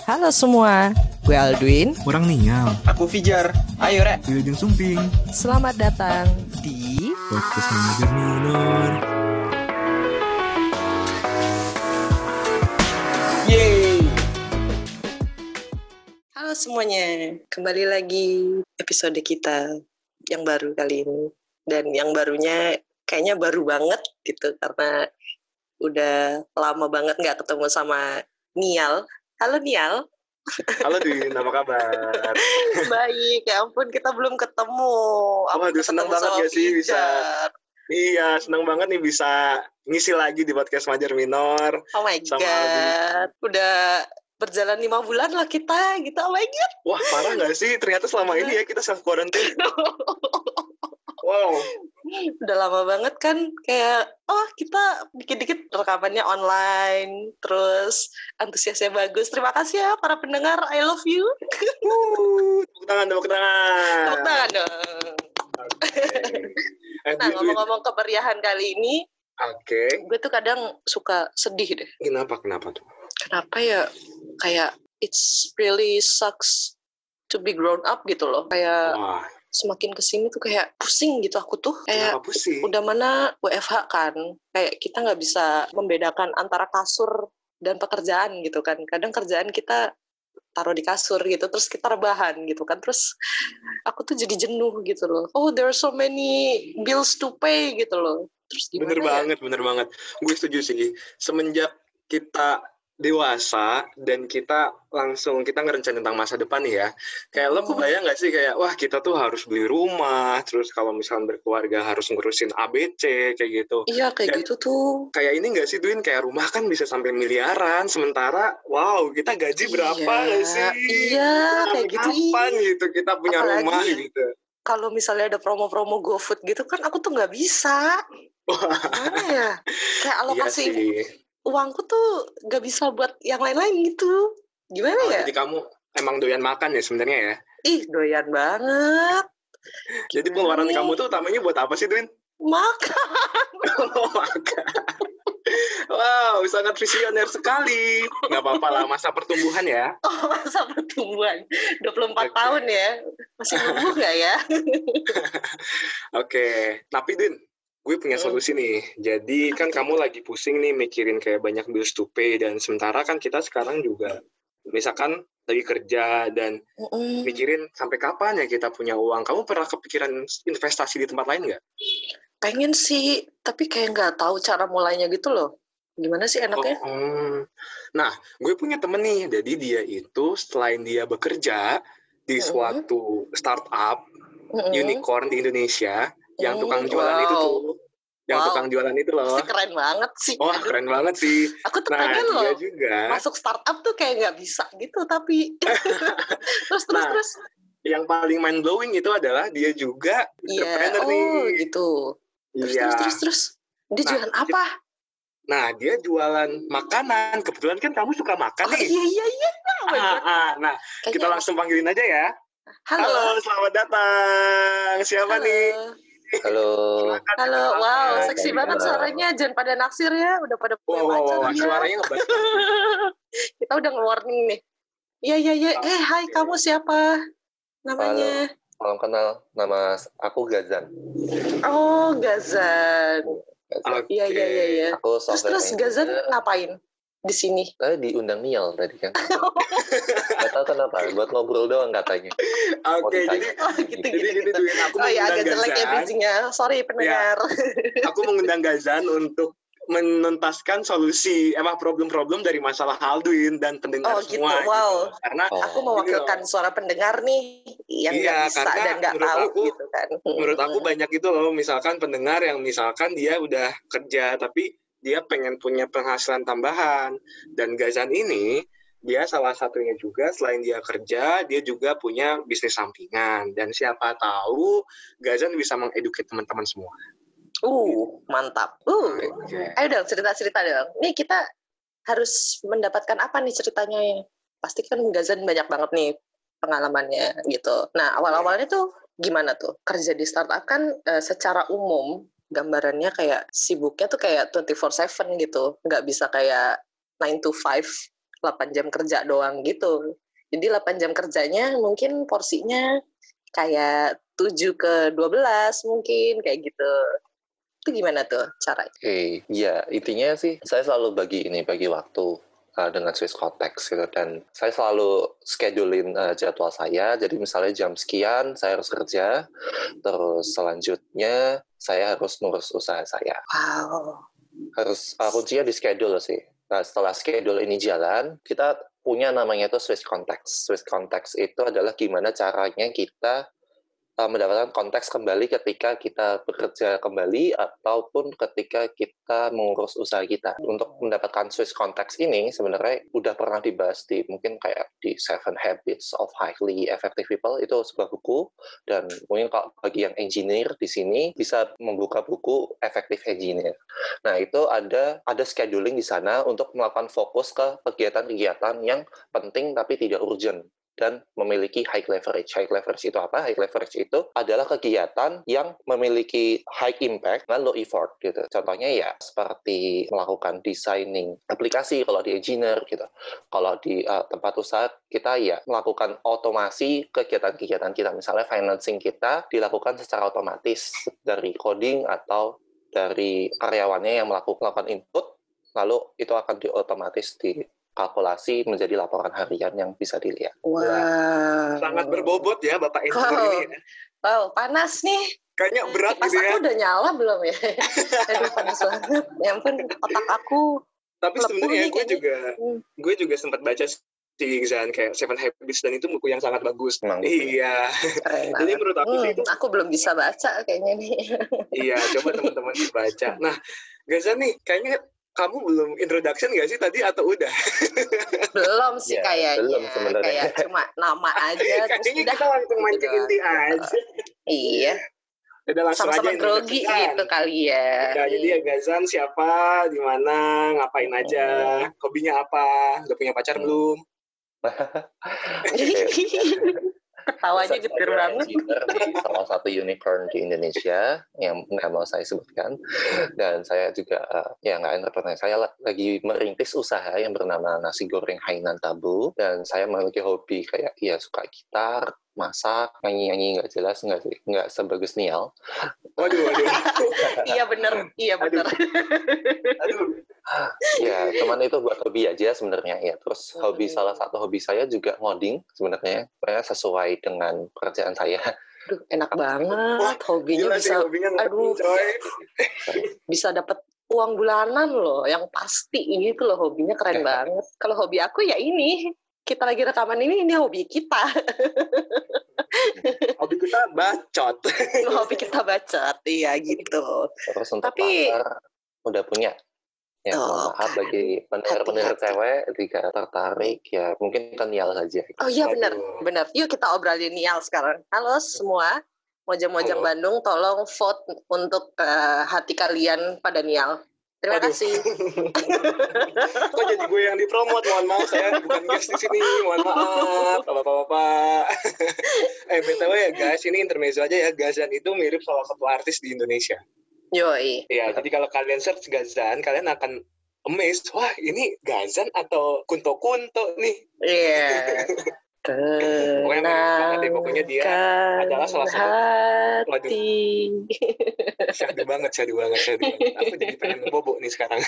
Halo semua, gue Aldwin. Kurang nial. Aku Fijar. Ayo Rek. Wilujeng Sumping. Selamat datang di Podcast Manajer Minor. Yeay. Halo semuanya, kembali lagi episode kita yang baru kali ini. Dan yang barunya kayaknya baru banget gitu, karena udah lama banget gak ketemu sama Nial. Halo Nial. Halo Din, apa kabar? Baik, ya ampun kita belum ketemu. Waduh, senang banget gak sih bisa. Iya, senang banget nih bisa ngisi lagi di podcast Manajer Minor. Oh my god, udah berjalan 5 bulan lah kita gitu, oh my god. Wah, parah gak sih? Ternyata selama ini ya kita self-quarantine. Wow. Udah lama banget kan, kayak kita dikit-dikit rekamannya online, terus antusiasnya bagus. Terima kasih ya para pendengar, I love you. Tepuk tangan. Tepuk tangan dong. Nah, ngomong-ngomong kemeriahan kali ini, gue tuh kadang suka sedih deh. Kenapa tuh? Kenapa ya, kayak it's really sucks to be grown up gitu loh. Kayak Wah. Semakin kesini tuh kayak pusing gitu aku tuh. Kayak pusing? udah mana WFH kan, kayak kita nggak bisa membedakan antara kasur dan pekerjaan gitu kan. Kadang kerjaan kita taruh di kasur gitu, terus kita rebahan gitu kan. Terus aku tuh jadi jenuh gitu loh. Oh, there are so many bills to pay gitu loh. Terus gimana Bener banget. Gue setuju sih. Semenjak kita dewasa dan kita ngerencanain tentang masa depan nih ya. Kayak lo kebayang gak sih kayak wah kita tuh harus beli rumah, terus kalau misalnya berkeluarga harus ngurusin ABC kayak gitu. Iya kayak gitu tuh. Kayak ini gak sih Duin, kayak rumah kan bisa sampai miliaran, sementara wow kita gaji berapa gak sih? Iya kayak gitu. Kapan gitu kita punya rumah gitu. Kalau misalnya ada promo-promo GoFood gitu kan aku tuh gak bisa. Gimana ya? Kayak alokasi uangku tuh gak bisa buat yang lain-lain gitu. Gimana ya? Jadi kamu emang doyan makan ya sebenarnya ya? Ih, doyan banget. Jadi pengeluaran kamu tuh utamanya buat apa sih, Duin? Makan. Makan. Wow, sangat visioner sekali. Gak apa-apa lah, masa pertumbuhan ya. Oh, masa pertumbuhan. 24 tahun ya. Masih tumbuh gak ya? Oke. Tapi, Duin, gue punya solusi nih. Jadi kan kamu lagi pusing nih mikirin kayak banyak bills to pay, dan sementara kan kita sekarang juga misalkan lagi kerja dan mikirin sampai kapan ya kita punya uang. Kamu pernah kepikiran investasi di tempat lain nggak? Pengen sih, tapi kayak nggak tahu cara mulainya gitu loh. Gimana sih enaknya? Nah, gue punya temen nih. Jadi dia itu selain dia bekerja di suatu startup unicorn di Indonesia, yang tukang jualan itu tuh. Yang tukang jualan itu loh. Keren banget sih. Wah, keren banget sih. Aku tuh pengen loh. Juga. Masuk startup tuh kayak nggak bisa gitu, tapi terus. Yang paling mind blowing itu adalah dia juga entrepreneur nih. Oh gitu. Terus. Dia jualan apa? Nah, dia jualan makanan. Kebetulan kan kamu suka makan nih. Iya. Nah, kita langsung panggilin aja ya. Halo, selamat datang. Siapa nih? Halo, wow, seksi banget suaranya. Jangan pada naksir ya, udah pada punya pacar ya. Suaranya ngebat. Kita udah nge-warning nih. Iya. Hai, kamu siapa? Namanya? Salam kenal, nama aku Gazan. Oh, Gazan. Iya. Aku terus Gazan ngapain di sini? Tadi diundang Nial tadi kan. Gak tahu kenapa, buat ngobrol doang katanya. Oke, jadi gitu. Aku agak jelek ya bridging-nya. Sorry pendengar. Ya, aku mengundang Gazan untuk menuntaskan solusi problem-problem dari masalah Aldwin dan pendengar semua. Gitu. Wow. Gitu. Karena aku mewakilkan suara pendengar nih yang nggak bisa dan nggak tahu gitu kan. Menurut aku banyak itu loh, misalkan pendengar yang misalkan dia udah kerja tapi dia pengen punya penghasilan tambahan, dan Gazan ini dia salah satunya juga. Selain dia kerja, dia juga punya bisnis sampingan, dan siapa tahu Gazan bisa mengeduket teman-teman semua. Mantap. Ayo dong cerita dong. Nih kita harus mendapatkan apa nih ceritanya ya? Pasti kan Gazan banyak banget nih pengalamannya gitu. Nah awal-awalnya tuh gimana tuh kerja di startup kan secara umum gambarannya kayak sibuknya tuh kayak 24/7 gitu, nggak bisa kayak 9 to 5 8 jam kerja doang gitu. Jadi 8 jam kerjanya mungkin porsinya kayak 7/12 mungkin kayak gitu. Itu gimana tuh caranya? Ya intinya sih saya selalu bagi waktu dengan Swiss Context gitu, dan saya selalu schedulein jadwal saya. Jadi misalnya jam sekian saya harus kerja, terus selanjutnya saya harus ngurus usaha saya. Wow. Harus kuncinya di schedule sih. Nah, setelah schedule ini jalan, kita punya namanya itu Swiss Context. Swiss Context itu adalah gimana caranya kita mendapatkan konteks kembali ketika kita bekerja kembali ataupun ketika kita mengurus usaha kita. Untuk mendapatkan Swiss Context ini sebenarnya udah pernah dibahas di mungkin kayak di 7 Habits of Highly Effective People, itu sebuah buku, dan mungkin kalau bagi yang engineer di sini bisa membuka buku Effective Engineer. Nah, itu ada scheduling di sana untuk melakukan fokus ke kegiatan-kegiatan yang penting tapi tidak urgent dan memiliki high leverage. High leverage itu apa? High leverage itu adalah kegiatan yang memiliki high impact dan low effort gitu. Contohnya ya seperti melakukan designing aplikasi kalau di engineer gitu. Kalau di tempat usaha kita ya melakukan otomasi kegiatan-kegiatan kita. Misalnya financing kita dilakukan secara otomatis dari coding atau dari karyawannya yang melakukan input, lalu itu akan diotomatis kalkulasi menjadi laporan harian yang bisa dilihat. Wow. Sangat berbobot ya Bapak engineer ini ya. Wow, panas nih. Kayaknya berat Kipas gitu ya. aku udah nyala belum ya? Aduh, panas banget. Ya ampun, otak aku. Tapi sebenarnya gue juga sempat baca di Zan kayak 7 Habits, dan itu buku yang sangat bagus. Iya. Jadi menurut aku sih itu aku belum bisa baca kayaknya nih. Iya, coba teman-teman baca. Nah, Gazan nih, kayaknya kamu belum introduction nggak sih tadi atau udah? Belum sih kayaknya. Belum sebenarnya. Kayak cuma nama aja. Kayaknya kita langsung mancing inti aja. Iya. Udah langsung sama-sama aja grogi gitu kali ya. Ya, jadi ya Gazan siapa, di mana, ngapain aja, hobinya apa, udah punya pacar belum? Ketawanya getir banget. Di salah satu unicorn di Indonesia yang nggak mau saya sebutkan, dan saya juga nggak entrepreneur, saya lagi merintis usaha yang bernama Nasi Goreng Hainan Tabu, dan saya memiliki hobi kayak suka gitar, masak, nyanyi nggak jelas, nggak sebagus Nial. Waduh. Iya benar. Aduh. Ya, cuman itu buat hobi aja sebenarnya ya. Terus salah satu hobi saya juga ngoding sebenarnya, sesuai dengan pekerjaan saya. Aduh, enak banget. Hobinya bisa, bisa dapat uang bulanan loh, yang pasti gitu loh. Hobinya keren banget. Kalau hobi aku ya ini, kita lagi rekaman ini hobi kita. Hobi kita bacot. Hobi kita bacot, iya gitu. Terus untuk pasar udah punya. Ya, maaf bagi pendengar cewek jika tertarik ya mungkin kan Nial saja. Oh iya benar. Yuk kita obrolin Nial sekarang. Halo semua, Mojang Bandung, tolong vote untuk hati kalian pada Nial. Terima kasih. Kok jadi gue yang dipromot? Mohon maaf, saya bukan guest di sini. Mohon maaf, bapak-bapak. BTW ya guys, ini intermezzo aja ya. Gazan itu mirip salah satu artis di Indonesia. Yoi. Ya, jadi kalau kalian search Gazan, kalian akan amazed. Wah, ini Gazan atau Kunto nih? Iya. Pokoknya dia adalah salah satu. Hati. Syahdu banget. Aku jadi pengen bobo nih sekarang.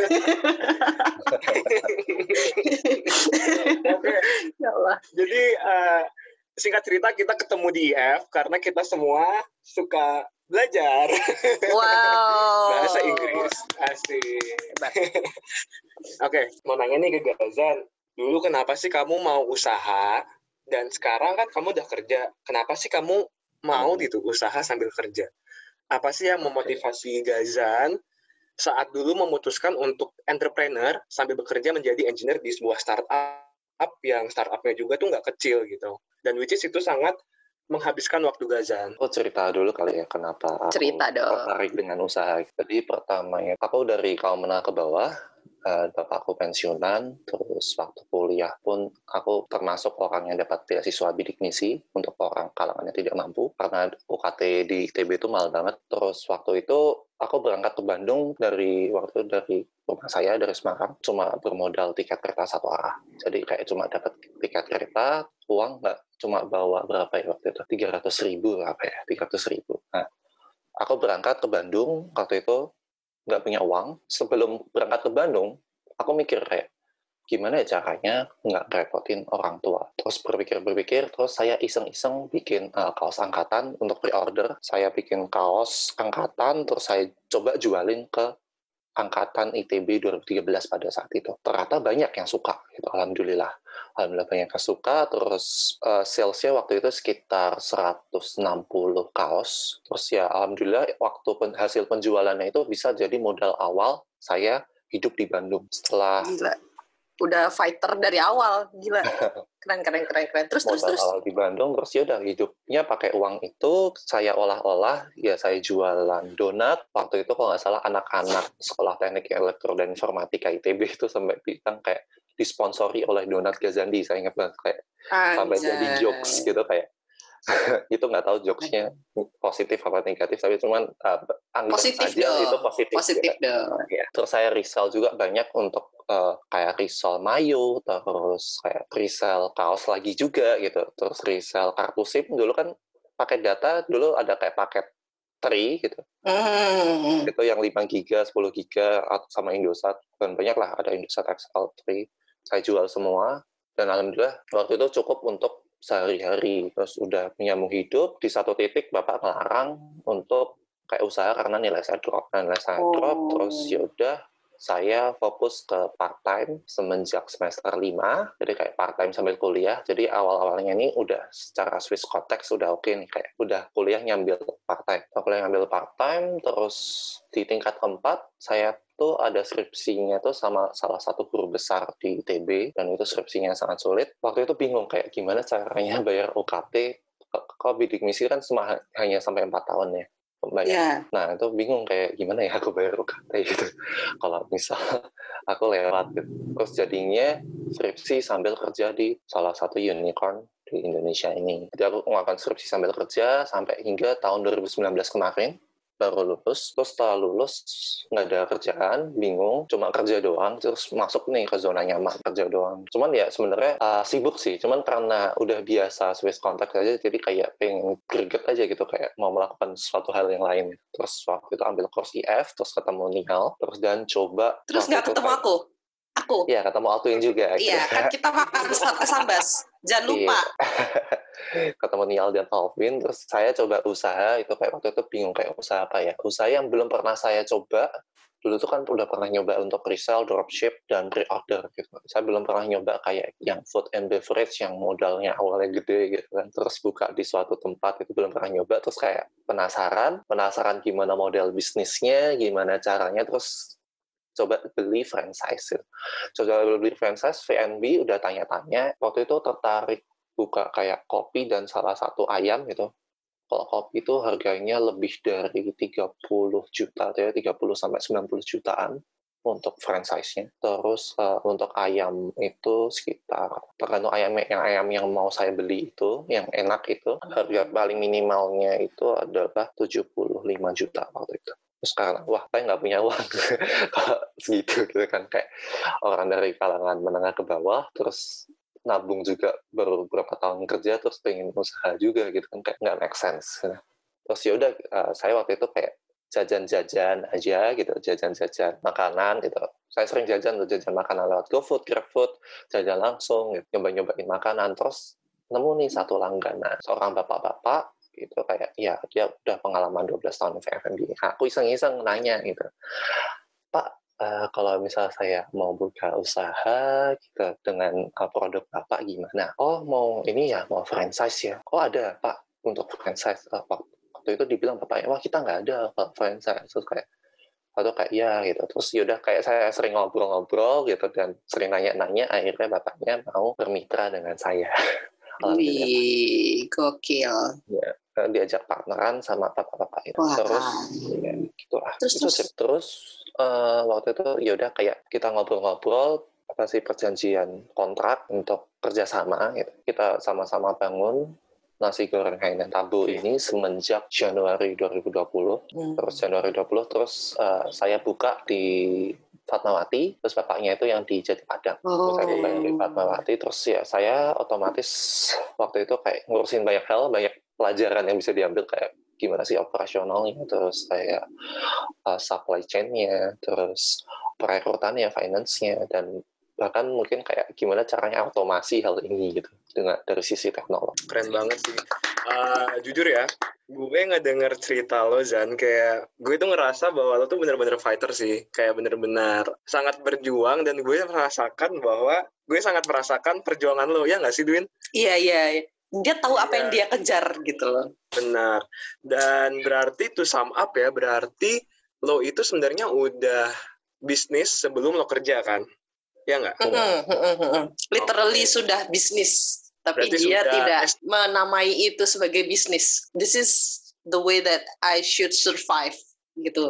Oke. Ya Allah. Jadi singkat cerita kita ketemu di IF karena kita semua suka belajar. Wow. Bahasa Inggris. Asik. Oke, mau nanya nih ke Gazan. Dulu kenapa sih kamu mau usaha, dan sekarang kan kamu udah kerja, kenapa sih kamu mau gitu usaha sambil kerja? Apa sih yang memotivasi Gazan saat dulu memutuskan untuk entrepreneur sambil bekerja menjadi engineer di sebuah startup yang startupnya juga tuh nggak kecil gitu, dan which is itu sangat menghabiskan waktu Gazan? Cerita dulu kali ya kenapa aku tertarik dengan usaha. Jadi pertamanya aku dari kaum menengah ke bawah. Bapakku pensiunan, terus waktu kuliah pun aku termasuk orang yang dapat beasiswa bidik misi untuk orang kalangannya tidak mampu, karena UKT di ITB itu mahal banget. Terus waktu itu aku berangkat ke Bandung dari rumah saya dari Semarang, cuma bermodal tiket kereta satu arah. Jadi kayak cuma dapat tiket kereta, uang nggak, cuma bawa berapa ya waktu itu, 300.000 apa ya, 300.000. Nah, aku berangkat ke Bandung waktu itu nggak punya uang. Sebelum berangkat ke Bandung, aku mikir kayak gimana ya caranya nggak repotin orang tua. Terus berpikir, terus saya iseng-iseng bikin kaos angkatan untuk pre-order. Saya bikin kaos angkatan, terus saya coba jualin ke angkatan ITB 2013 pada saat itu. Ternyata banyak yang suka, gitu. Alhamdulillah banyak yang suka. Terus salesnya waktu itu sekitar 160 kaos. Terus ya alhamdulillah waktu hasil penjualannya itu bisa jadi modal awal saya hidup di Bandung. Setelah Gila. Udah fighter dari awal, gila. Keren. Terus. Awal di Bandung, terus ya udah hidupnya pakai uang itu, saya olah-olah, ya saya jualan donat. Waktu itu kalau nggak salah anak-anak sekolah teknik elektro dan informatika ITB itu sampai bilang kayak disponsori oleh Donat Gazandi, saya ingat banget kayak sampai jadi jokes gitu kayak. Itu nggak tahu jokesnya positif apa negatif, tapi cuman anggap positif saja dong. itu positif dong. Ya. Terus saya resell juga banyak untuk kayak resell mayo, terus kayak resell kaos lagi juga gitu, terus resell kartu SIM. Dulu kan pakai data dulu ada kayak paket 3 gitu. Itu yang 5 giga, 10 giga sama Indosat, dan banyak lah, ada Indosat XL3. Saya jual semua dan alhamdulillah waktu itu cukup untuk sehari-hari. Terus udah menyambung hidup. Di satu titik bapak melarang untuk kayak usaha karena nilai saya drop. Terus ya udah saya fokus ke part time semenjak semester 5. Jadi kayak part time sambil kuliah. Jadi awal-awalnya ini udah secara Swiss context udah oke nih, kayak udah kuliah nyambil part time. Terus di tingkat 4 saya tuh ada skripsinya tuh sama salah satu guru besar di ITB, dan itu skripsinya sangat sulit. Waktu itu bingung kayak gimana caranya bayar UKT. Kalau bidik misi kan hanya sampai 4 tahun ya bayar. Yeah. Nah itu bingung kayak gimana ya aku bayar UKT gitu. Kalau misal aku lewat gitu. Terus jadinya skripsi sambil kerja di salah satu unicorn di Indonesia ini. Jadi aku melakukan skripsi sambil kerja sampai hingga tahun 2019 kemarin baru lulus. Terus setelah lulus nggak ada kerjaan, bingung, cuma kerja doang, terus masuk nih ke zona nyaman, kerja doang. Cuman ya sebenarnya sibuk sih, cuman karena udah biasa Swiss contact aja, jadi kayak pengen greget aja gitu, kayak mau melakukan sesuatu hal yang lain. Terus waktu itu ambil course IF, terus ketemu Nihal, terus dan coba. Terus nggak ketemu kayak, aku? Iya, ketemu Altuin juga. Iya, gitu. Kan kita makan sambas, jangan lupa. Ketemu Nial dan Alvin, terus saya coba usaha, itu kayak waktu itu bingung kayak usaha apa ya. Usaha yang belum pernah saya coba, dulu tuh kan udah pernah nyoba untuk resell, dropship, dan pre-order gitu. Saya belum pernah nyoba kayak yang food and beverage yang modalnya awalnya gede gitu kan. Terus buka di suatu tempat, itu belum pernah nyoba, terus kayak penasaran gimana model bisnisnya, gimana caranya, terus coba beli franchise. VNB udah tanya-tanya, waktu itu tertarik buka kayak kopi dan salah satu ayam gitu. Kalau kopi itu harganya lebih dari 30 juta, 30 sampai 90 jutaan untuk franchise-nya. Terus untuk ayam itu sekitar, tergantung ayam yang mau saya beli itu, yang enak itu, harga paling minimalnya itu adalah 75 juta waktu itu. Terus sekarang, wah, saya nggak punya uang kalau segitu gitu kan, kayak orang dari kalangan menengah ke bawah, terus nabung juga baru beberapa tahun kerja, terus pengen usaha juga gitu kan, kayak nggak make sense. Terus ya udah, saya waktu itu kayak jajan-jajan aja gitu, jajan-jajan makanan gitu. Saya sering jajan makanan lewat GoFood, GrabFood, jajan langsung, gitu, nyoba-nyobain makanan. Terus nemu nih satu langganan, seorang bapak-bapak gitu, kayak ya dia udah pengalaman 12 tahun di F&B. Nah, aku iseng-iseng nanya gitu, Pak, kalau misal saya mau buka usaha gitu dengan produk Bapak gimana? Oh, mau ini ya, mau franchise ya? Oh, ada Pak untuk franchise. Waktu itu dibilang Bapaknya, wah kita nggak ada franchise. Terus kayak, atau kayak ya gitu. Terus yaudah kayak saya sering ngobrol-ngobrol gitu dan sering nanya-nanya, akhirnya Bapaknya mau bermitra dengan saya. Wih, gokil. Ya, diajak partneran sama bapak-bapak itu. Wah. Terus ya gitu lah. Terus waktu itu yaudah kayak kita ngobrol-ngobrol apa sih perjanjian kontrak untuk kerjasama gitu. Kita sama-sama bangun nasi goreng Hainan Tabu ini semenjak Januari 2020. Terus Januari 20, terus saya buka di Fatmawati, terus bapaknya itu yang di Jati Padang. Terus saya buka yang di Fatmawati, terus ya saya otomatis waktu itu kayak ngurusin banyak hal, banyak pelajaran yang bisa diambil kayak gimana sih operasionalnya, terus kayak supply chain-nya, terus perekrutannya, finance-nya, dan bahkan mungkin kayak gimana caranya otomasi hal ini gitu dengan dari sisi teknologi. Keren banget sih. Jujur ya, gue ngedenger cerita lo Zan, kayak gue tuh ngerasa bahwa lo tuh bener-bener fighter sih, kayak bener-bener sangat berjuang, dan gue sangat merasakan perjuangan lo, ya nggak sih Dwin? Iya. Dia tahu apa yang dia kejar gitu loh. Benar. Dan berarti to sum up ya, berarti lo itu sebenarnya udah bisnis sebelum lo kerja kan? Ya nggak? Literally sudah bisnis. Tapi Berarti dia sudah tidak menamai itu sebagai bisnis. This is the way that I should survive gitu.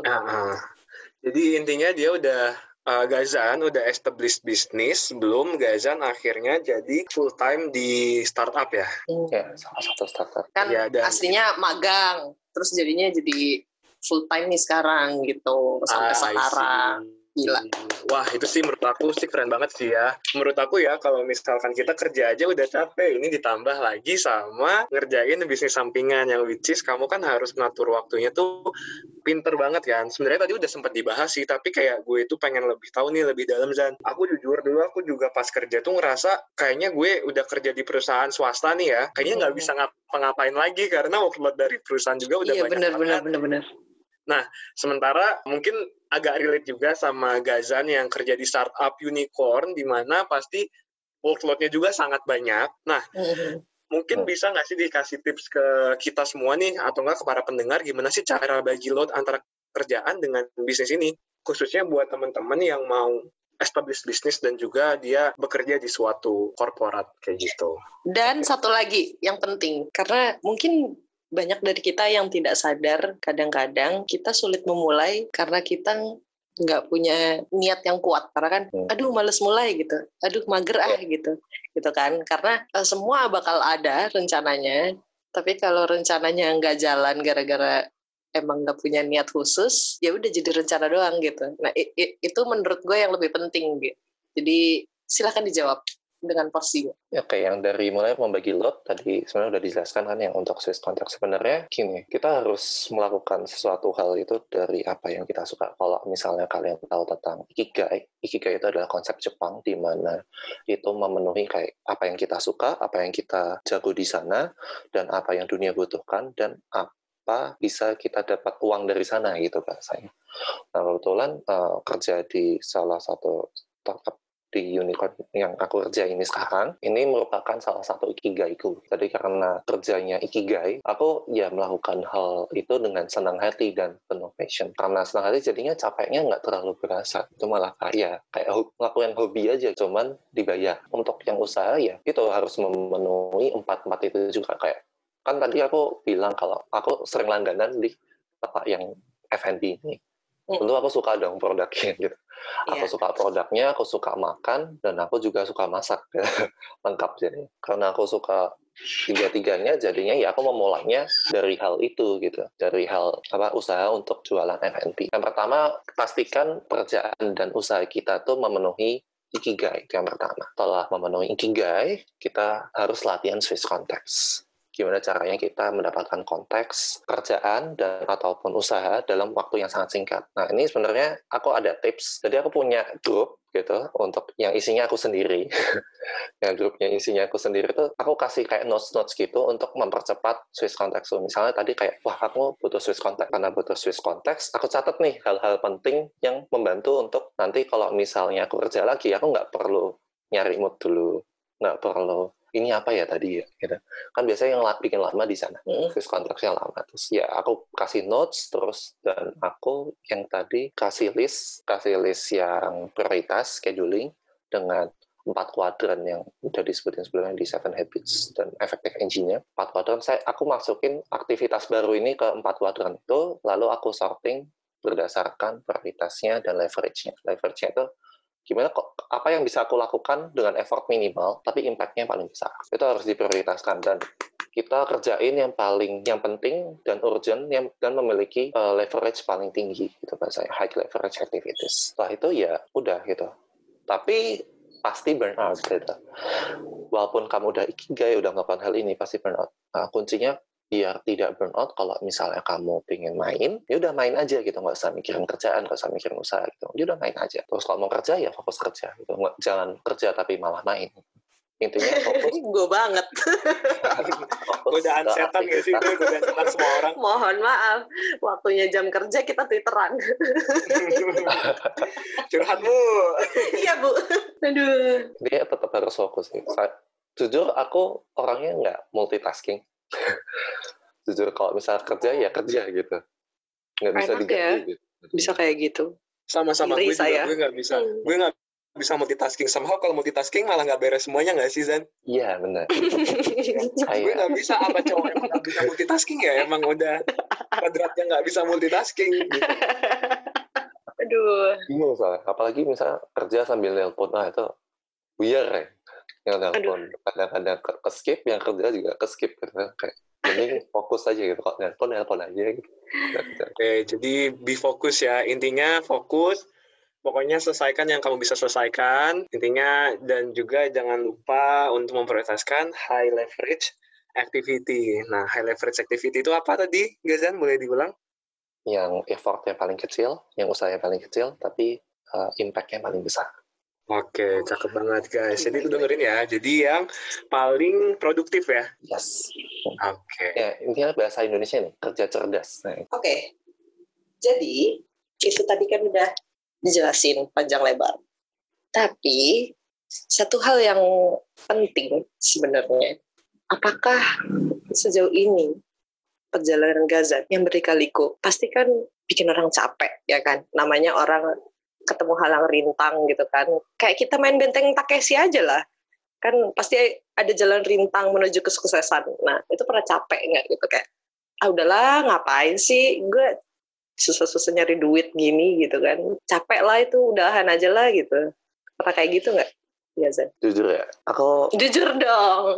Jadi intinya dia udah Gazan udah established bisnis sebelum Gazan akhirnya jadi full time di startup ya. Ya, salah satu startup. Kan Ya, dan aslinya magang, terus jadinya jadi full time nih sekarang gitu sampai sekarang. Gila. Wah, itu sih menurut aku sih keren banget sih ya. Menurut aku ya, kalau misalkan kita kerja aja udah capek, ini ditambah lagi sama ngerjain bisnis sampingan yang which is kamu kan harus ngatur waktunya tuh pinter banget kan. Sebenarnya tadi udah sempat dibahas sih, tapi kayak gue itu pengen lebih tahu nih lebih dalam Zan. Aku jujur dulu aku juga pas kerja tuh ngerasa kayaknya gue udah kerja di perusahaan swasta nih ya, kayaknya nggak bisa ngapa-ngapain lagi karena workload dari perusahaan juga udah banyak banget. Bener. Nah, sementara mungkin agak relate juga sama Gazan yang kerja di startup unicorn, di mana pasti workload-nya juga sangat banyak. Nah, mungkin bisa nggak sih dikasih tips ke kita semua nih, atau nggak ke para pendengar, gimana sih cara bagi load antara kerjaan dengan bisnis ini? Khususnya buat teman-teman yang mau establish bisnis dan juga dia bekerja di suatu korporat kayak gitu. Dan satu lagi yang penting, karena mungkin banyak dari kita yang tidak sadar, kadang-kadang kita sulit memulai karena kita nggak punya niat yang kuat. Karena kan, aduh males mulai gitu, aduh mager gitu kan. Karena semua bakal ada rencananya, tapi kalau rencananya nggak jalan gara-gara emang nggak punya niat khusus, ya udah jadi rencana doang gitu. Nah itu menurut gue yang lebih penting gitu. Jadi silakan dijawab dengan porsi. Oke, yang dari mulai membagi load tadi sebenarnya udah dijelaskan kan yang untuk Swiss Contact. Sebenarnya gini, kita harus melakukan sesuatu hal itu dari apa yang kita suka. Kalau misalnya kalian tahu tentang Ikigai itu adalah konsep Jepang di mana itu memenuhi kayak apa yang kita suka, apa yang kita jago di sana, dan apa yang dunia butuhkan, dan apa bisa kita dapat uang dari sana gitu bahasanya. Nah, kebetulan kerja di salah satu startup di unicorn yang aku kerja ini sekarang, ini merupakan salah satu ikigaiku. Jadi karena kerjanya ikigai, aku ya melakukan hal itu dengan senang hati dan penuh passion. Karena senang hati jadinya capeknya nggak terlalu berasa. Itu malah kayak ngelakuin hobi aja, cuman dibayar. Untuk yang usaha ya, itu harus memenuhi 4 itu juga kayak. Kan tadi aku bilang kalau aku sering langganan di tempat yang F&B ini. Tentu aku suka dong produknya gitu. Aku suka produknya, aku suka makan, dan aku juga suka masak. Lengkap jadi. Karena aku suka tiga-tiganya, jadinya ya aku memulainya dari hal itu gitu. Dari hal usaha untuk jualan F&B. Yang pertama, pastikan pekerjaan dan usaha kita tuh memenuhi Ikigai, itu yang pertama. Setelah memenuhi Ikigai, kita harus latihan Swiss Context. Gimana caranya kita mendapatkan konteks kerjaan dan ataupun usaha dalam waktu yang sangat singkat. Nah, ini sebenarnya aku ada tips. Jadi aku punya grup gitu untuk yang isinya aku sendiri. Yang grupnya isinya aku sendiri itu aku kasih kayak notes-notes gitu untuk mempercepat Swiss Context. Misalnya tadi kayak, wah aku butuh Swiss Context. Karena butuh Swiss Context, aku catat nih hal-hal penting yang membantu untuk nanti kalau misalnya aku kerja lagi, aku nggak perlu nyari mood dulu. Nggak perlu ini apa ya tadi ya gitu. Kan biasanya yang bikin lama di sana Swiss Context-nya lama, terus ya aku kasih notes terus, dan aku yang tadi kasih list yang prioritas scheduling dengan 4 kuadran yang udah disebutin sebelumnya di 7 Habits dan Effective Engine-nya. 4 kuadran aku masukin aktivitas baru ini ke 4 kuadran itu, lalu aku sorting berdasarkan prioritasnya dan leverage-nya. Leverage-nya itu gimana kok apa yang bisa aku lakukan dengan effort minimal tapi impact-nya paling besar. Itu harus diprioritaskan, dan kita kerjain yang penting dan urgent dan memiliki leverage paling tinggi gitu bahasanya, high leverage activities. Setelah itu ya udah gitu. Tapi pasti burnout gitu. Walaupun kamu udah ikigai, udah melakukan hal ini, pasti burnout. Nah, kuncinya biar tidak burnout, kalau misalnya kamu pengen main, ya udah main aja gitu, nggak usah mikirin kerjaan, nggak usah mikirin usaha gitu, ya udah main aja. Terus kalau mau kerja ya fokus kerja gitu, jangan kerja tapi malah main. Intinya fokus. Gue banget. Godaan setan nggak sih? Itu godaan setan semua orang. Mohon maaf, waktunya jam kerja kita twitteran. Curhat Bu. Iya Bu. Aduh. Dia tetap harus fokus sih. Jujur aku orangnya nggak multitasking. Jujur kalau misalnya kerja ya kerja gitu, nggak bisa diganti gitu. Bisa kayak gitu. Sama-sama gue juga, gue nggak bisa. Gue nggak bisa multitasking. Somehow kalau multitasking malah nggak beres semuanya nggak sih, Zan? Iya, benar. Gue nggak bisa, apa cowok emang nggak bisa multitasking ya? Emang udah kodratnya nggak bisa multitasking gitu. Aduh. Bingung soalnya. Apalagi misalnya kerja sambil nelpon, itu buyar ya. Yang nelpon. Kadang-kadang ke-skip, yang kerja juga ke-skip gitu kan. Kayak, mending fokus aja gitu. Kok nelpon aja gitu. Oke, jadi be fokus ya. Intinya fokus. Pokoknya selesaikan yang kamu bisa selesaikan, intinya, dan juga jangan lupa untuk memprioritaskan high leverage activity. Nah, high leverage activity itu apa tadi, Gazan? Boleh diulang? Yang effortnya paling kecil, yang usahanya paling kecil, tapi impact-nya paling besar. Oke, cakep banget guys. Jadi itu dengerin ya. Jadi yang paling produktif ya? Yes. Oke. Ya, intinya bahasa Indonesia nih, kerja cerdas. Nah, Oke. Jadi, itu tadi kan udah dijelasin panjang lebar. Tapi satu hal yang penting sebenarnya, apakah sejauh ini perjalanan Gazan yang berliku-liku pasti kan bikin orang capek ya kan? Namanya orang ketemu halang rintang gitu kan. Kayak kita main benteng Takeshi aja lah. Kan pasti ada jalan rintang menuju kesuksesan. Nah, itu pernah capek nggak gitu kayak, udahlah ngapain sih gue susah-susah nyari duit gini gitu kan, capek lah itu, udahan aja lah gitu. Pernah kayak gitu nggak? Ya Zan. jujur ya, aku Jujur dong.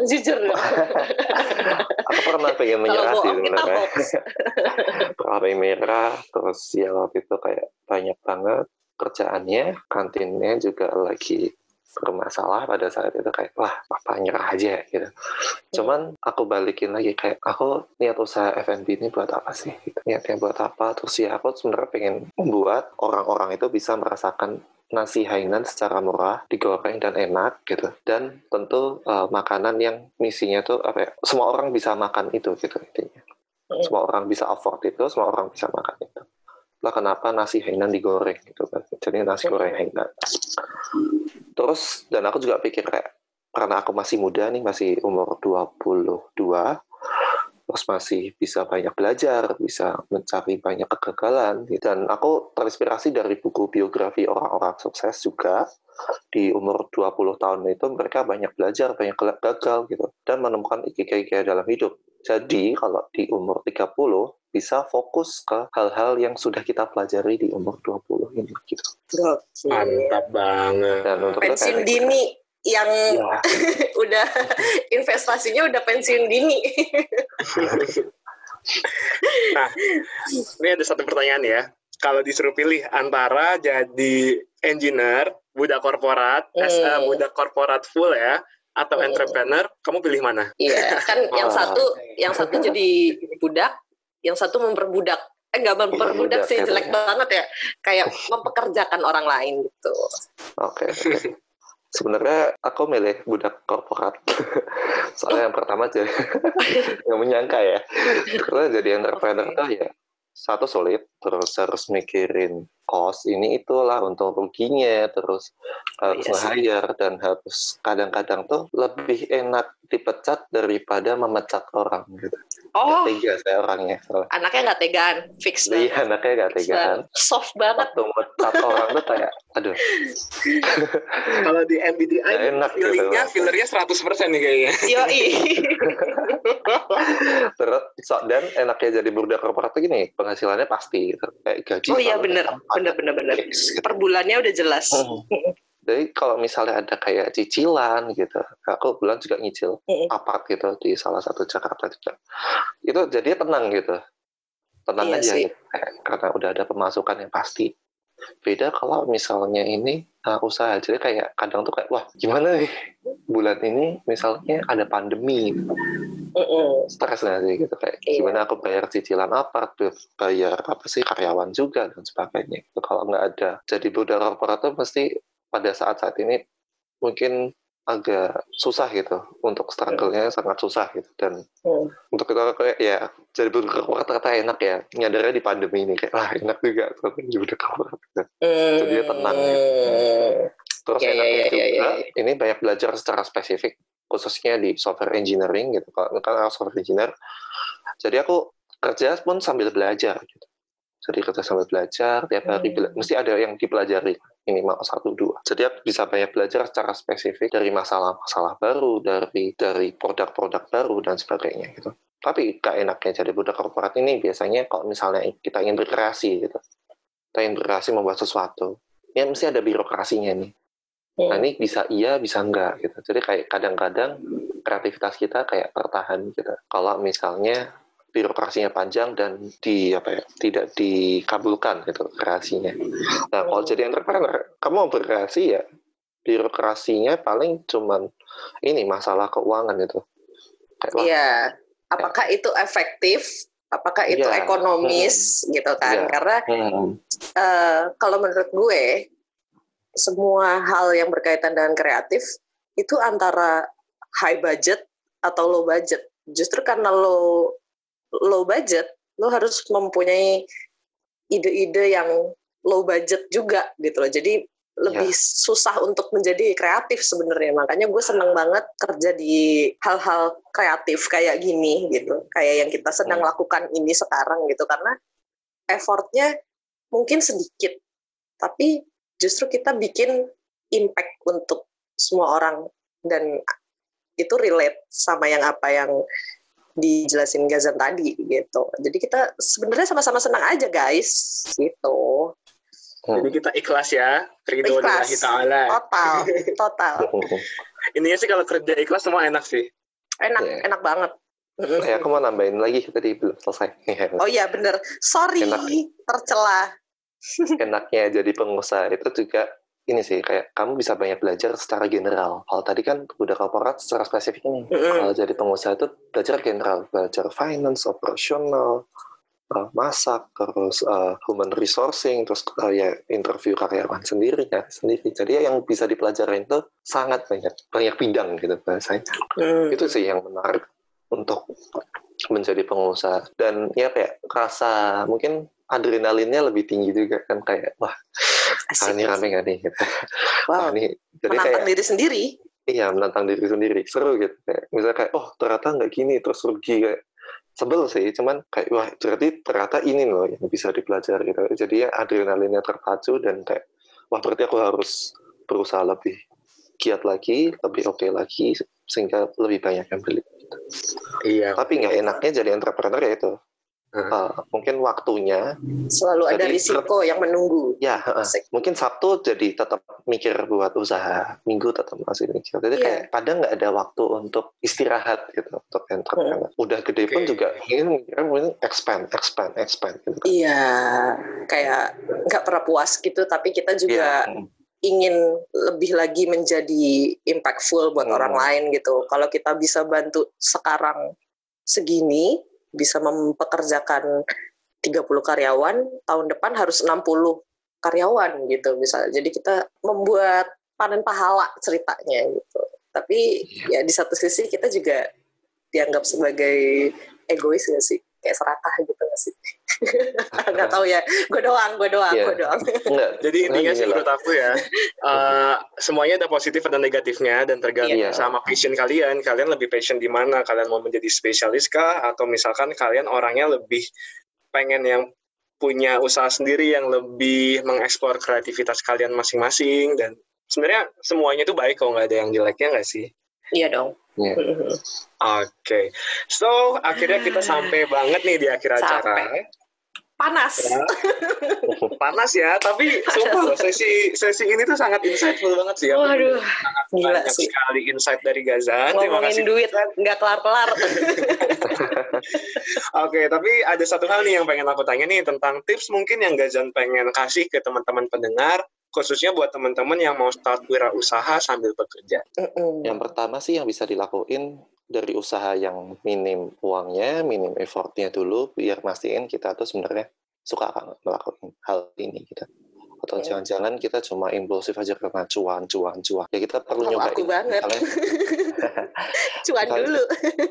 aku pernah pengen menyerah sih sebenarnya. hoax. Pernah pengen menyerah, terus ya waktu itu kayak banyak banget kerjaannya, kantinnya juga lagi bermasalah pada saat itu, kayak wah apa nyerah aja gitu. Cuman aku balikin lagi kayak, aku niat usaha F&B ini buat apa sih gitu. Niatnya buat apa, terus ya aku sebenarnya pengen membuat orang-orang itu bisa merasakan nasi Hainan secara murah, digoreng dan enak gitu. Dan tentu makanan yang misinya tuh apa ya, semua orang bisa makan itu gitu intinya. Semua orang bisa afford itu, semua orang bisa makan itu. Lah kenapa nasi Hainan digoreng gitu kan. Jadi nasi goreng Hainan. Terus, dan aku juga pikir kayak, karena aku masih muda nih, masih umur 22, terus masih bisa banyak belajar, bisa mencari banyak kegagalan, dan aku terinspirasi dari buku biografi orang-orang sukses juga. Di umur 20 tahun itu mereka banyak belajar, banyak gagal gitu, dan menemukan ikigai dalam hidup. Jadi kalau di umur 30 bisa fokus ke hal-hal yang sudah kita pelajari di umur 20 ini gitu. Mantap banget. Dan untuk Pensiun dini yang ya. udah investasinya udah pensiun dini. Nah, ini ada satu pertanyaan ya. Kalau disuruh pilih antara jadi engineer, budak korporat, budak korporat full ya, atau entrepreneur, kamu pilih mana? Iya, kan yang satu jadi budak, yang satu memperbudak. Nggak memperbudak sih, jelek banget ya. Kayak mempekerjakan orang lain gitu. Oke. Sebenarnya aku milih budak korporat. Soalnya yang pertama jadi nggak menyangka ya. Karena jadi entrepreneur tuh ya, satu sulit, terus harus mikirin cost ini itulah, untung ruginya, terus harus nge-hire, dan harus kadang-kadang tuh lebih enak dipecat daripada memecat orang gitu. Oh, gak tega saya orangnya. Anaknya nggak tegaan, fix banget. Iya, anaknya gak tegaan. Soft banget. Waktu memecat orang tuh kayak, aduh. Kalau di MBTI, fillernya 100% nih kayaknya. Yoi. Terus, dan enaknya jadi budak korporat tuh gini, penghasilannya pasti gitu. Kayak gaji. Oh iya bener. Per bulannya udah jelas. Jadi kalau misalnya ada kayak cicilan gitu, aku bulan juga nyicil apart gitu di salah satu Jakarta juga. Itu jadi tenang gitu. Tenang Iya aja sih. gitu. Karena udah ada pemasukan yang pasti. Beda kalau misalnya ini usaha. Jadi kayak kadang tuh kayak, wah gimana nih bulan ini misalnya ada pandemi. Stres nggak sih gitu kayak gimana aku bayar cicilan apart, bayar apa sih karyawan juga dan sebagainya. Itu kalau nggak ada jadi budak korporat tuh mesti pada saat ini mungkin agak susah gitu untuk struggle-nya sangat susah gitu dan untuk kita kayak ya jadi budak korporat ternyata enak ya nyadarnya di pandemi ini kayak enak juga jadi budak korporat gitu. Jadi tenang gitu. Terus enaknya juga ini banyak belajar secara spesifik khususnya di software engineering gitu. Kalau kan aku software engineer, jadi aku kerja pun sambil belajar gitu. Jadi kerja sambil belajar tiap hari mesti ada yang dipelajari minimal 1-2. Jadi aku bisa banyak belajar secara spesifik dari masalah-masalah baru, dari produk-produk baru dan sebagainya gitu. Tapi gak enaknya jadi budak korporat ini biasanya kalau misalnya kita ingin berkreasi gitu, kita ingin berkreasi membuat sesuatu, ya mesti ada birokrasinya nih. Nah ini bisa iya, bisa enggak gitu. Jadi kayak kadang-kadang kreativitas kita kayak tertahan gitu. Kalau misalnya birokrasinya panjang dan tidak dikabulkan gitu kreasinya. Nah kalau jadi entrepreneur, kamu mau berkreasi ya birokrasinya paling cuman ini masalah keuangan gitu. Iya. Apakah itu efektif? Apakah itu ekonomis gitu kan? Karena kalau menurut gue semua hal yang berkaitan dengan kreatif itu antara high budget atau low budget. Justru karena low budget, lo harus mempunyai ide-ide yang low budget juga gitu loh. Jadi lebih susah untuk menjadi kreatif sebenarnya. Makanya gue seneng banget kerja di hal-hal kreatif kayak gini gitu. Kayak yang kita sedang lakukan ini sekarang gitu. Karena effortnya mungkin sedikit, tapi justru kita bikin impact untuk semua orang dan itu relate sama yang dijelasin Gazan tadi gitu. Jadi kita sebenarnya sama-sama senang aja guys gitu. Jadi kita ikhlas ya, ridho lillahi ta'ala. Total. Intinya sih kalau kerja ikhlas semua enak sih. Enak banget. Ya, aku mau nambahin lagi tadi belum selesai. Oh iya bener, sorry tercela. Enaknya jadi pengusaha itu juga ini sih kayak kamu bisa banyak belajar secara general. Kalau tadi kan udah korporat secara spesifik nih. Kalau jadi pengusaha itu belajar general, belajar finance, operasional, masak, terus human resourcing, terus interview karyawan sendiri. Jadi yang bisa dipelajarin itu sangat banyak bidang gitu bahasanya. Itu sih yang menarik untuk menjadi pengusaha dan rasa mungkin adrenalinnya lebih tinggi juga kan kayak ini rame nggak nih gitu. Ini jadi menantang diri sendiri. Iya, menantang diri sendiri seru gitu kayak misalnya kayak ternyata nggak gini terus rugi kayak sebel sih cuman kayak ternyata ini loh yang bisa dipelajari gitu. Jadi ya adrenalinnya terpacu dan kayak berarti aku harus berusaha lebih giat lagi, lebih oke lagi sehingga lebih banyak yang beli gitu. Iya. Tapi nggak enaknya jadi entrepreneur ya itu. Mungkin waktunya selalu ada risiko yang menunggu. Ya, mungkin Sabtu jadi tetap mikir buat usaha, Minggu tetap masih mikir. Jadi kayak padahal nggak ada waktu untuk istirahat gitu untuk entrepreneur. Udah gede pun juga ingin mikirnya expand gitu. Iya, kayak nggak pernah puas gitu. Tapi kita juga ingin lebih lagi menjadi impactful buat orang lain gitu. Kalau kita bisa bantu sekarang segini, bisa mempekerjakan 30 karyawan, tahun depan harus 60 karyawan gitu misalnya. Jadi kita membuat panen pahala ceritanya gitu. Tapi ya di satu sisi kita juga dianggap sebagai egois gak sih? Kayak serakah gitu gak sih? Gak tahu ya, gue doang. Jadi intinya sih menurut aku ya, semuanya ada positif dan negatifnya dan tergantung sama passion kalian lebih passion di mana, kalian mau menjadi spesialis kah, atau misalkan kalian orangnya lebih pengen yang punya usaha sendiri yang lebih mengeksplor kreativitas kalian masing-masing, dan sebenarnya semuanya itu baik kok, nggak ada yang jeleknya nggak sih? Iya dong. Oke. So akhirnya kita sampai banget nih di akhir acara. Panas. Ya. Panas ya, tapi sumpah loh, sesi ini tuh sangat insightful banget sih. Waduh, gila Banyak sih. sekali insight dari Gazan. Terima Ngomongin kasih. duit nggak kelar-kelar. Oke, tapi ada satu hal nih yang pengen aku tanya nih tentang tips mungkin yang Gazan pengen kasih ke teman-teman pendengar, khususnya buat teman-teman yang mau start wirausaha sambil bekerja. Yang pertama sih yang bisa dilakuin dari usaha yang minim uangnya, minim effortnya dulu, biar mastiin kita tuh sebenarnya suka melakukan hal ini gitu. Atau jangan-jangan kita cuma impulsif aja karena cuan. Ya kita perlu nyobain. Aku banget. Cuan misalnya, dulu.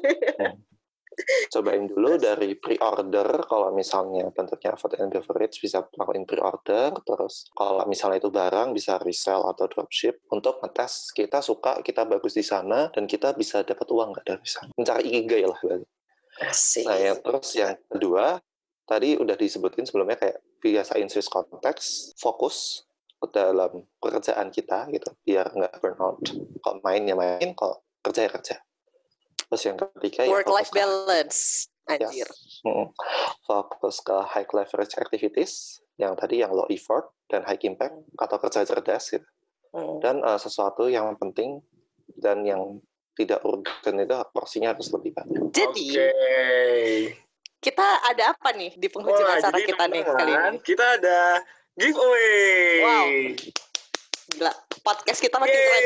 Cobain dulu dari pre-order, kalau misalnya bentuknya food and beverage bisa lakuin pre-order, terus kalau misalnya itu barang bisa resell atau dropship untuk ngetes kita suka, kita bagus di sana, dan kita bisa dapat uang nggak dari sana. Mencari ikigai lah. Asik. Nah, terus yang kedua, tadi udah disebutin sebelumnya kayak biasain Swiss context, fokus ke dalam pekerjaan kita gitu, biar nggak burnout. Kalau main ya main, kalau kerja ya kerja. Terus yang ketiga work-life balance. Anjir. Fokus ke high leverage activities, yang tadi yang low effort dan high impact atau kerja cerdas gitu. Dan sesuatu yang penting dan yang tidak urgent itu porsinya harus lebih banyak. Jadi kita ada apa nih di penghujung acara kita nih kali ini? Kita ada giveaway. Wow. Gila, podcast kita makin keren.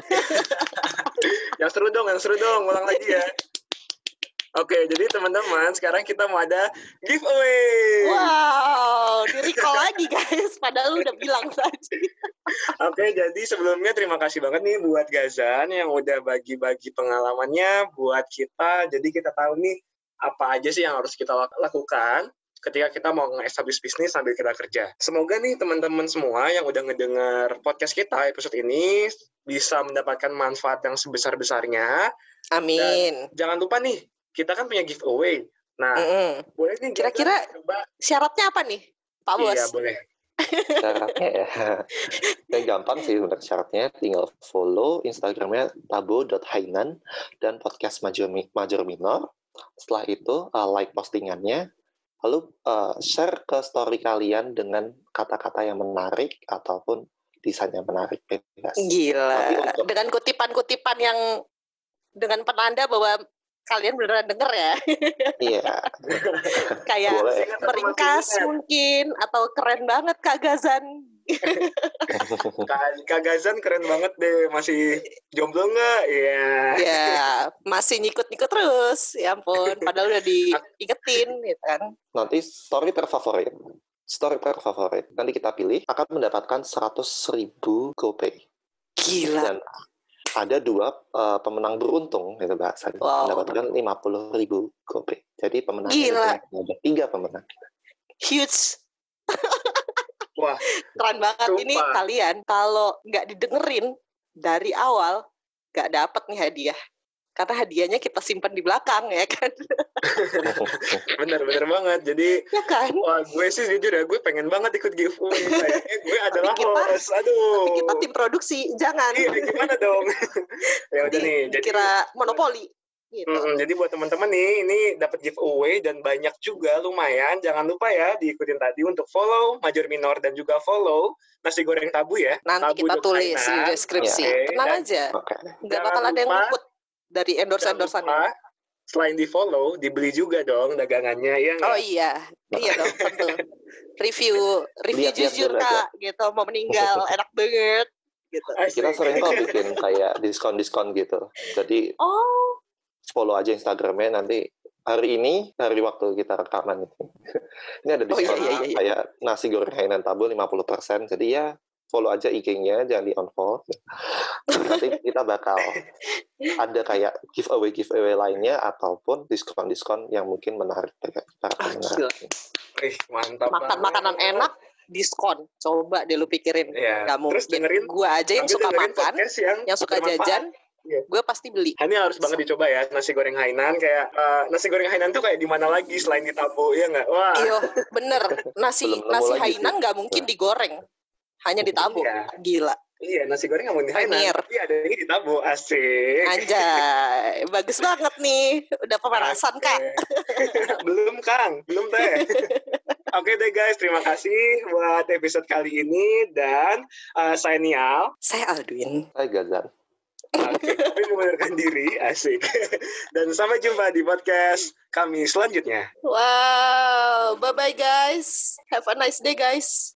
Yang seru dong, ulang lagi ya. Oke, jadi teman-teman, sekarang kita mau ada giveaway. Wow, di-recall lagi guys, padahal lu udah bilang tadi. Oke, jadi sebelumnya terima kasih banget nih buat Gazan yang udah bagi-bagi pengalamannya buat kita. Jadi kita tahu nih apa aja sih yang harus kita lakukan ketika kita mau nge-establish bisnis sambil kita kerja. Semoga nih teman-teman semua yang udah ngedengar podcast kita episode ini bisa mendapatkan manfaat yang sebesar-besarnya. Amin. Dan jangan lupa nih, kita kan punya giveaway. Nah, boleh nih kira-kira coba syaratnya apa nih, Pak Bos? Iya, boleh. Syaratnya ya gampang sih untuk syaratnya, tinggal follow Instagramnya tabo.hainan dan podcast Major Minor. Setelah itu like postingannya, lalu share ke story kalian dengan kata-kata yang menarik ataupun desain yang menarik. Gila. Dengan kutipan-kutipan yang dengan penanda bahwa kalian beneran denger ya. Iya. Kayak meringkas mungkin atau keren banget Kak Gazan. Kak Gazan keren banget deh, masih jomblo nggak? Iya. Ya, masih nyikut-nyikut terus. Ya ampun, padahal udah diingetin gitu kan. Nanti story terfavorit. Nanti kita pilih akan mendapatkan 100.000 GoPay. Gila. Dan ada 2 pemenang beruntung gitu bahasanya. Wow. Mendapatkan 50.000 GoPay. Jadi pemenangnya Gila. ada 3 pemenang. Huge. Wah, keren banget. Sumpah. Ini kalian kalau nggak didengerin dari awal nggak dapet nih hadiah. Karena hadiahnya kita simpan di belakang ya kan. bener banget. Jadi, Ya kan? wah gue sih jujur ya, gue pengen banget ikut giveaway. Kayaknya gue adalah kita- host. Aduh. Tapi kita tim produksi, jangan. Iya, gimana dong? Ya udah nih. Jadi, Kira monopoli. Gitu. jadi buat teman-teman nih, ini dapat giveaway dan banyak juga, lumayan. Jangan lupa ya diikutin tadi untuk follow Major Minor dan juga follow Nasi Goreng Tabu ya. Nanti kita tulis di deskripsi. Oke, Tenang dan aja. Oke. Nggak jangan bakal ada yang lupa- luput dari endorse-endorsean. Jangan lupa, selain di follow, dibeli juga dong dagangannya, ya nggak? Oh iya dong tentu. Review Lihat jujur dulu aja. Kak, gitu mau meninggal enak banget, gitu. Asik. Kita sering kok bikin kayak diskon gitu. Jadi Oh, follow aja Instagramnya, nanti hari ini, hari waktu kita rekaman ini. Ini ada diskon iya. kayak nasi goreng Hainan Tabu 50%. Jadi ya follow aja IG-nya, jangan di-unfollow. Nanti kita bakal ada kayak giveaway lainnya ataupun diskon-diskon yang mungkin menarik para pendengar. gila. Mantap Makan banget. makanan enak, diskon. Coba deh lu pikirin. Ya. Gak Terus mungkin. dengerin, Gua aja yang sambil suka dengerin makan, podcast yang suka bermanfaat. jajan, Iya. gue pasti beli. Ini harus banget dicoba ya, nasi goreng Hainan. Kayak nasi goreng Hainan tuh kayak di mana lagi selain di Tabu, ya nggak? Wah. Iya, bener. Nasi Belum nemu lagi Hainan sih. nggak mungkin digoreng, hanya ditabur. Iya. Gila. Iya, nasi goreng nggak mau di Hainan. Premier. Tapi ada yang di Tabu, asik. Anjay, bagus banget nih. Udah pemanasan, Kak. Belum, Kang. Belum, Teh. Oke deh guys, terima kasih buat episode kali ini. Dan saya Nial. Saya Aldwin. Hai Gazan. Oke, kami mengundurkan diri, asik. Dan sampai jumpa di podcast kami selanjutnya. Wow, bye-bye guys. Have a nice day guys.